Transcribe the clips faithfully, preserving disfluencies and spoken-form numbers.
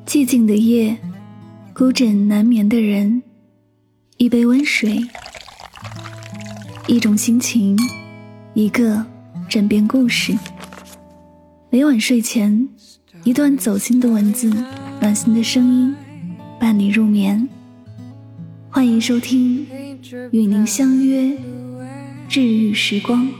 寂静的夜，孤枕难眠的人，一杯温水，一种心情，一个枕边故事。每晚睡前，一段走心的文字，暖心的声音，伴你入眠。欢迎收听，与您相约治愈时光。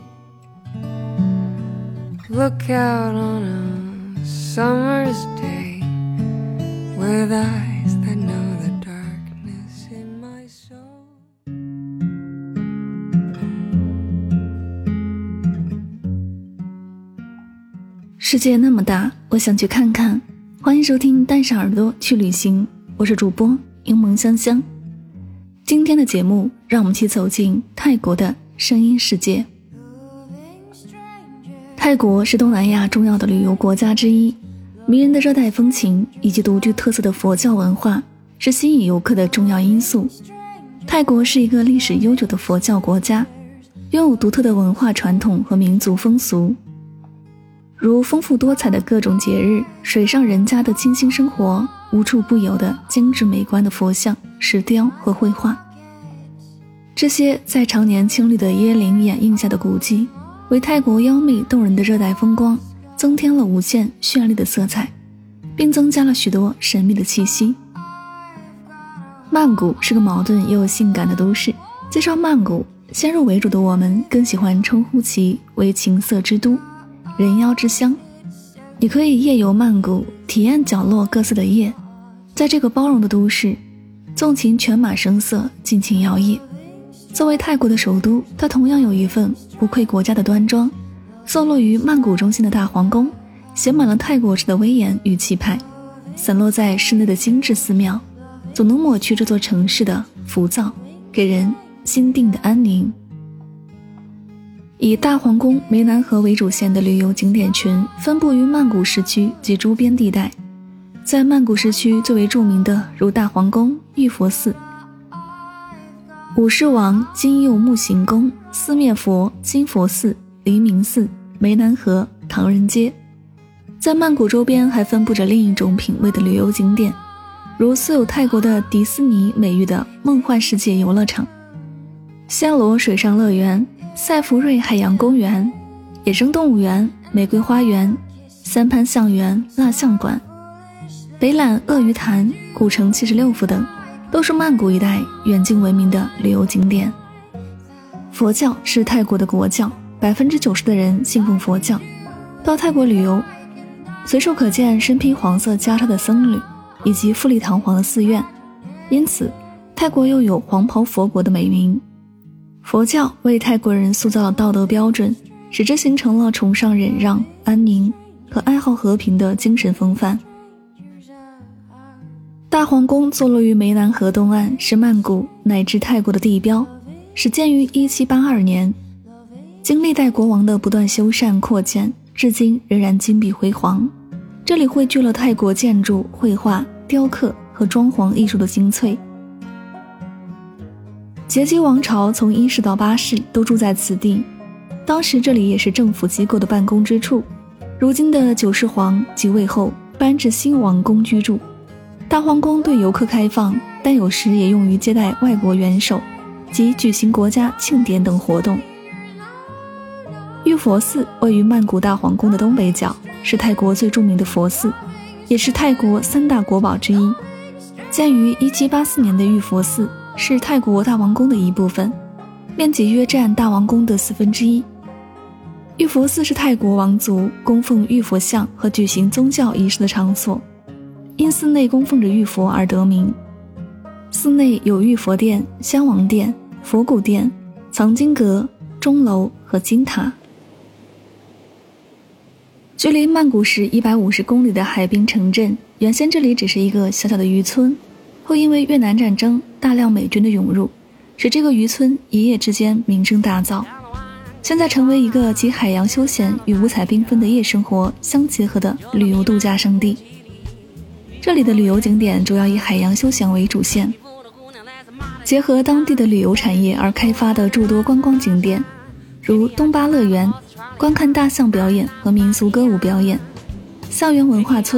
Look out on a summer's day with eyes that know the darkness in my soul. 世界那么大，我想去看看。欢迎收听带上耳朵去旅行，我是主播柠檬香香。今天的节目，让我们一起走进泰国的声音世界。泰国是东南亚重要的旅游国家之一，迷人的热带风情以及独具特色的佛教文化是吸引游客的重要因素。泰国是一个历史悠久的佛教国家，拥有独特的文化传统和民族风俗，如丰富多彩的各种节日、水上人家的清新生活、无处不有的精致美观的佛像、石雕和绘画。这些在常年青绿的椰林掩映下的古迹，为泰国妖媚动人的热带风光增添了无限绚丽的色彩，并增加了许多神秘的气息。曼谷是个矛盾又性感的都市，介绍曼谷，先入为主的我们更喜欢称呼其为情色之都、人妖之乡。你可以夜游曼谷，体验角落各色的夜，在这个包容的都市，纵情犬马声色，尽情摇曳。作为泰国的首都，它同样有一份不愧国家的端庄。坐落于曼谷中心的大皇宫，写满了泰国式的威严与气派，散落在室内的精致寺庙，总能抹去这座城市的浮躁，给人心定的安宁。以大皇宫、湄南河为主线的旅游景点群分布于曼谷市区及周边地带。在曼谷市区最为著名的如大皇宫、玉佛寺、武士王金柚木行宫、四面佛、金佛寺、黎明寺、湄南河、唐人街。在曼谷周边还分布着另一种品味的旅游景点，如素有泰国的迪士尼美誉的梦幻世界游乐场、暹罗水上乐园、赛福瑞海洋公园、野生动物园、玫瑰花园、三攀象园、蜡像馆、北榄鳄鱼潭、古城七十六府等，都是曼谷一带远近闻名的旅游景点。佛教是泰国的国教， 百分之九十 的人信奉佛教。到泰国旅游，随处可见身披黄色袈裟的僧侣以及富丽堂皇的寺院，因此泰国又有黄袍佛国的美名。佛教为泰国人塑造了道德标准，使之形成了崇尚忍让、安宁和爱好和平的精神风范。大皇宫坐落于湄南河东岸，是曼谷乃至泰国的地标，始建于一七八二年，经历代国王的不断修缮扩建，至今仍然金碧辉煌。这里汇聚了泰国建筑、绘画、雕刻和装潢艺术的精粹。杰基王朝从一世到八世都住在此地，当时这里也是政府机构的办公之处。如今的九世皇即位后搬至新王宫居住。大皇宫对游客开放，但有时也用于接待外国元首及举行国家庆典等活动。玉佛寺位于曼谷大皇宫的东北角，是泰国最著名的佛寺，也是泰国三大国宝之一。建于一七八四年的玉佛寺是泰国大王宫的一部分，面积约占大王宫的四分之一。玉佛寺是泰国王族供奉玉佛像和举行宗教仪式的场所，因寺内供奉着玉佛而得名。寺内有玉佛殿、香王殿、佛骨殿、藏经阁、钟楼和金塔。距离曼谷市一百五十公里的海滨城镇，原先这里只是一个小小的渔村，后因为越南战争大量美军的涌入，使这个渔村一夜之间名声大噪，现在成为一个集海洋休闲与五彩缤纷的夜生活相结合的旅游度假胜地。这里的旅游景点主要以海洋休闲为主线，结合当地的旅游产业而开发的诸多观光景点，如东巴乐园，观看大象表演和民俗歌舞表演；校园文化村，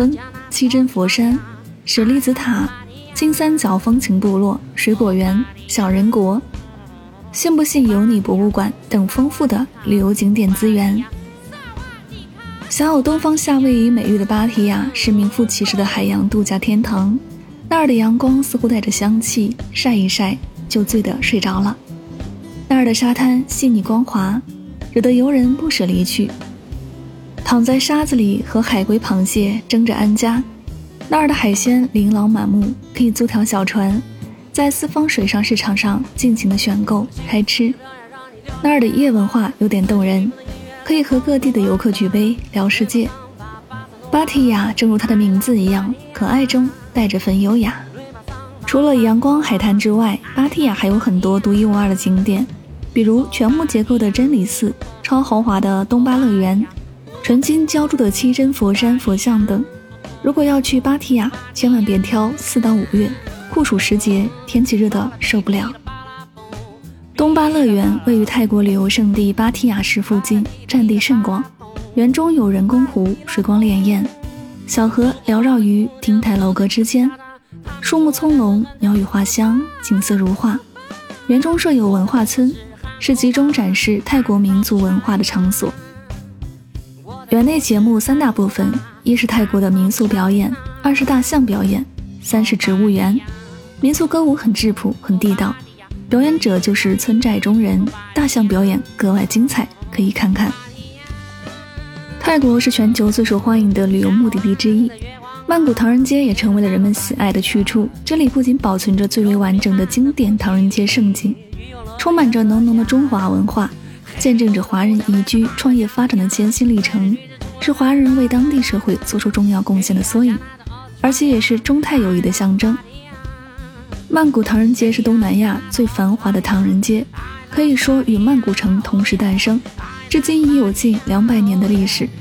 七真佛山、舍利子塔、金三角风情部落、水果园、小人国、信不信由你博物馆等丰富的旅游景点资源。享有东方夏威夷美誉的芭提雅是名副其实的海洋度假天堂，那儿的阳光似乎带着香气，晒一晒就醉得睡着了。那儿的沙滩细腻光滑，惹得游人不舍离去。躺在沙子里和海龟螃蟹争着安家，那儿的海鲜琳琅满目，可以租条小船在四方水上市场上尽情的选购开吃。那儿的夜文化有点动人，可以和各地的游客举杯聊世界。芭提雅正如它的名字一样，可爱中带着份优雅。除了阳光海滩之外，芭提雅还有很多独一无二的景点，比如全木结构的真理寺、超豪华的东巴乐园、纯金浇铸的七真佛山佛像等。如果要去芭提雅，千万别挑四到五月酷暑时节，天气热得受不了。东巴乐园位于泰国旅游胜地芭提雅市附近，占地甚广，园中有人工湖，水光潋滟，小河缭绕于亭台楼阁之间，树木葱茏，鸟语花香，景色如画。园中设有文化村，是集中展示泰国民族文化的场所。园内节目三大部分，一是泰国的民俗表演，二是大象表演，三是植物园。民俗歌舞很质朴很地道，表演者就是村寨中人，大象表演格外精彩，可以看看。泰国是全球最受欢迎的旅游目的地之一，曼谷唐人街也成为了人们喜爱的去处。这里不仅保存着最为完整的经典唐人街盛景，充满着浓浓的中华文化，见证着华人移居创业发展的艰辛历程，是华人为当地社会做出重要贡献的缩影，而且也是中泰友谊的象征。曼谷唐人街是东南亚最繁华的唐人街，可以说与曼谷城同时诞生，至今已有近两百年的历史。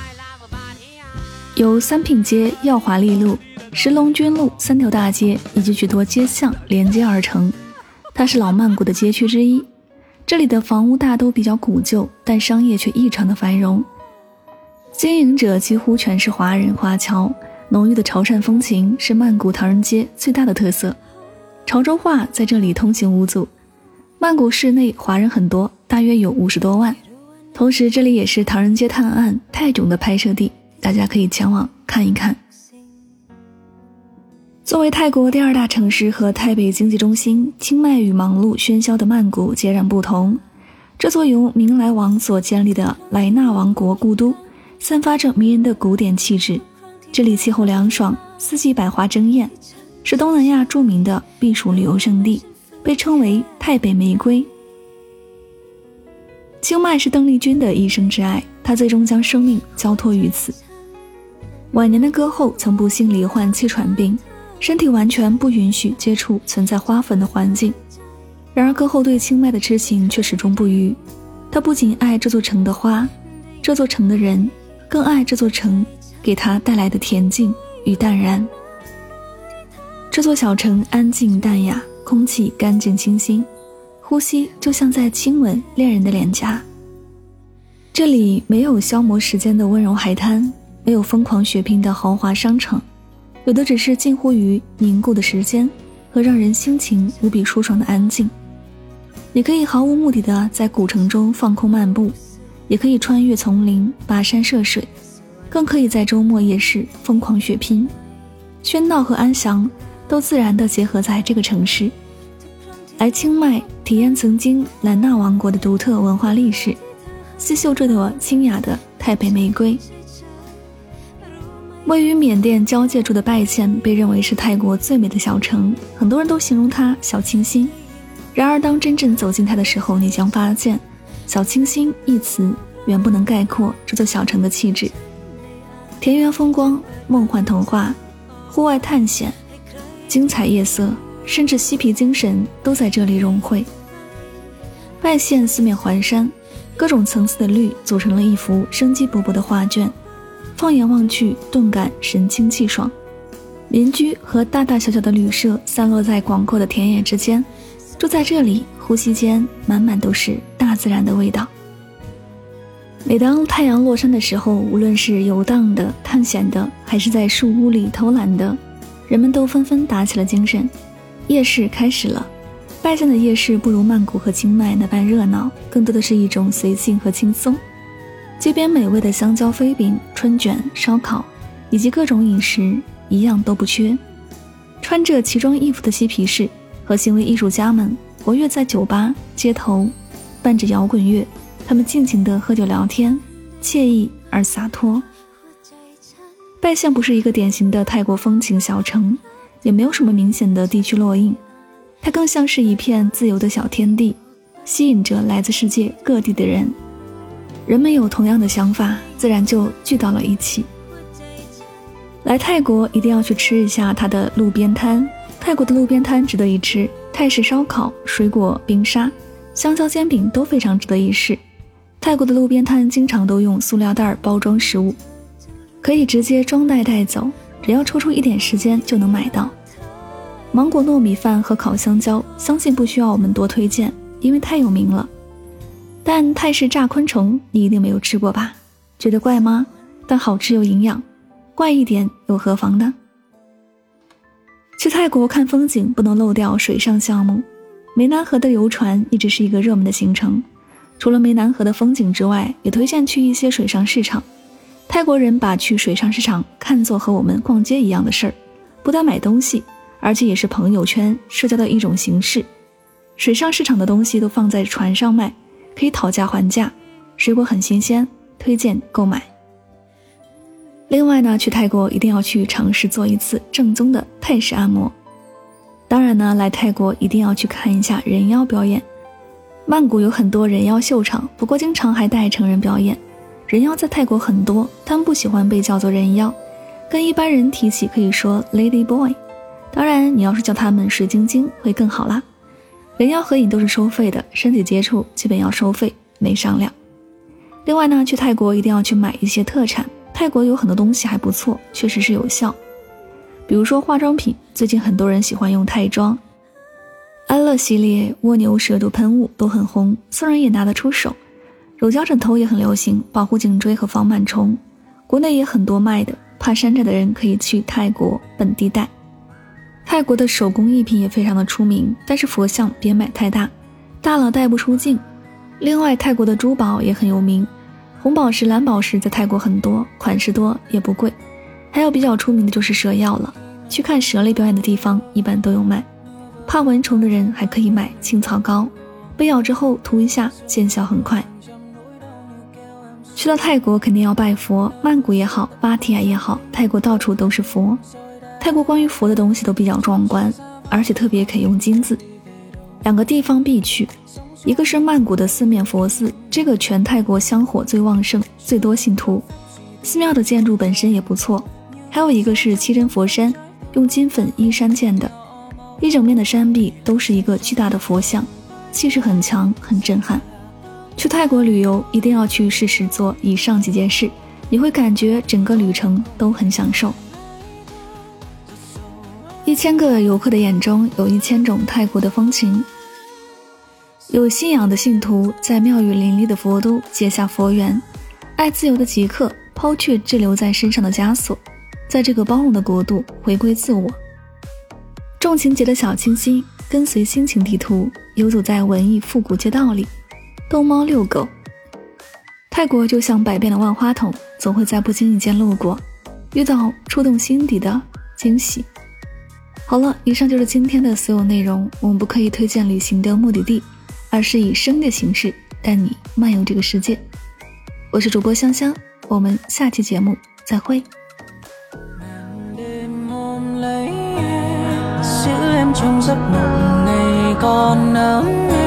由三品街、耀华丽路、石龙军路三条大街以及许多街巷连接而成，它是老曼谷的街区之一。这里的房屋大都比较古旧，但商业却异常的繁荣，经营者几乎全是华人华侨，浓郁的潮汕风情是曼谷唐人街最大的特色。潮州话在这里通行无阻，曼谷市内华人很多，大约有五十多万。同时这里也是唐人街探案泰囧的拍摄地，大家可以前往看一看。作为泰国第二大城市和台北经济中心，清迈与忙碌喧嚣的曼谷截然不同。这座由明莱王所建立的莱纳王国故都，散发着迷人的古典气质。这里气候凉爽，四季百花争艳，是东南亚著名的避暑旅游胜地，被称为泰北玫瑰。清迈是邓丽君的一生挚爱，她最终将生命交托于此。晚年的歌后曾不幸罹患气喘病，身体完全不允许接触存在花粉的环境。然而歌后对清迈的痴情却始终不渝，她不仅爱这座城的花，这座城的人，更爱这座城给她带来的恬静与淡然。这座小城安静淡雅，空气干净清新，呼吸就像在亲吻恋人的脸颊。这里没有消磨时间的温柔海滩，没有疯狂血拼的豪华商场，有的只是近乎于凝固的时间和让人心情无比舒爽的安静。你可以毫无目的的在古城中放空漫步，也可以穿越丛林跋山涉水，更可以在周末夜市疯狂血拼。喧闹和安详都自然地结合在这个城市。来清迈体验曾经兰纳王国的独特文化历史，细嗅这朵清雅的泰北玫瑰。位于缅甸交界处的拜县被认为是泰国最美的小城，很多人都形容它小清新。然而当真正走进它的时候，你将发现小清新一词远不能概括这座小城的气质。田园风光、梦幻童话、户外探险、精彩夜色，甚至嬉皮精神都在这里融汇。拜县四面环山，各种层次的绿组成了一幅生机勃勃的画卷，放眼望去顿感神清气爽。民居和大大小小的旅社散落在广阔的田野之间，住在这里呼吸间满满都是大自然的味道。 每当太阳落山的时候，无论是游荡的、探险的，还是在树屋里偷懒的，人们都纷纷打起了精神。夜市开始了，拜县的夜市不如曼谷和清迈那般热闹，更多的是一种随性和轻松。街边美味的香蕉飞饼、春卷、烧烤以及各种饮食一样都不缺。穿着奇装异服的嬉皮士和行为艺术家们活跃在酒吧、街头，伴着摇滚乐，他们尽情地喝酒聊天，惬意而洒脱。拜县不是一个典型的泰国风情小城，也没有什么明显的地区烙印，它更像是一片自由的小天地，吸引着来自世界各地的人。人们有同样的想法，自然就聚到了一起。来泰国一定要去吃一下它的路边摊，泰国的路边摊值得一吃，泰式烧烤、水果冰沙、香蕉煎饼都非常值得一试。泰国的路边摊经常都用塑料袋包装食物，可以直接装袋带走，只要抽出一点时间就能买到。芒果糯米饭和烤香蕉相信不需要我们多推荐，因为太有名了。但泰式炸昆虫你一定没有吃过吧？觉得怪吗？但好吃又营养，怪一点又何妨呢？去泰国看风景不能漏掉水上项目，湄南河的游船一直是一个热门的行程。除了湄南河的风景之外，也推荐去一些水上市场。泰国人把去水上市场看作和我们逛街一样的事儿，不但买东西，而且也是朋友圈社交的一种形式。水上市场的东西都放在船上卖，可以讨价还价，水果很新鲜，推荐购买。另外呢，去泰国一定要去尝试做一次正宗的泰式按摩。当然呢，来泰国一定要去看一下人妖表演。曼谷有很多人妖秀场，不过经常还带成人表演。人妖在泰国很多，他们不喜欢被叫做人妖，跟一般人提起可以说 Lady Boy。当然，你要是叫他们水晶晶会更好啦。人妖合影都是收费的，身体接触基本要收费，没商量。另外呢，去泰国一定要去买一些特产，泰国有很多东西还不错，确实是有效。比如说化妆品，最近很多人喜欢用泰妆，安乐系列、蜗牛舌头喷雾都很红，素人也拿得出手。乳胶枕头也很流行，保护颈椎和防螨虫，国内也很多卖的，怕山寨的人可以去泰国本地带。泰国的手工艺品也非常的出名，但是佛像别买太大，大了带不出镜。另外泰国的珠宝也很有名，红宝石、蓝宝石在泰国很多，款式多也不贵。还有比较出名的就是蛇药了，去看蛇类表演的地方一般都有卖。怕蚊虫的人还可以买青草膏，被咬之后涂一下，见效很快。去到泰国肯定要拜佛，曼谷也好，芭提雅也好，泰国到处都是佛。泰国关于佛的东西都比较壮观，而且特别可以用金字。两个地方必去，一个是曼谷的四面佛寺，这个全泰国香火最旺盛，最多信徒，寺庙的建筑本身也不错。还有一个是七真佛山，用金粉依山建的，一整面的山壁都是一个巨大的佛像，气势很强，很震撼。去泰国旅游一定要去试试做以上几件事，你会感觉整个旅程都很享受。一千个游客的眼中有一千种泰国的风情。有信仰的信徒在庙宇林立的佛都结下佛缘，爱自由的极客抛却滞留在身上的枷锁，在这个包容的国度回归自我。重情节的小清新跟随心情地图游走在文艺复古街道里，逗猫遛狗。泰国就像百变的万花筒，总会在不经意间路过，遇到触动心底的惊喜。好了，以上就是今天的所有内容。我们不可以推荐旅行的目的地，而是以声的形式带你漫游这个世界。我是主播香香，我们下期节目再会。 trong giấc mộng này còn ấm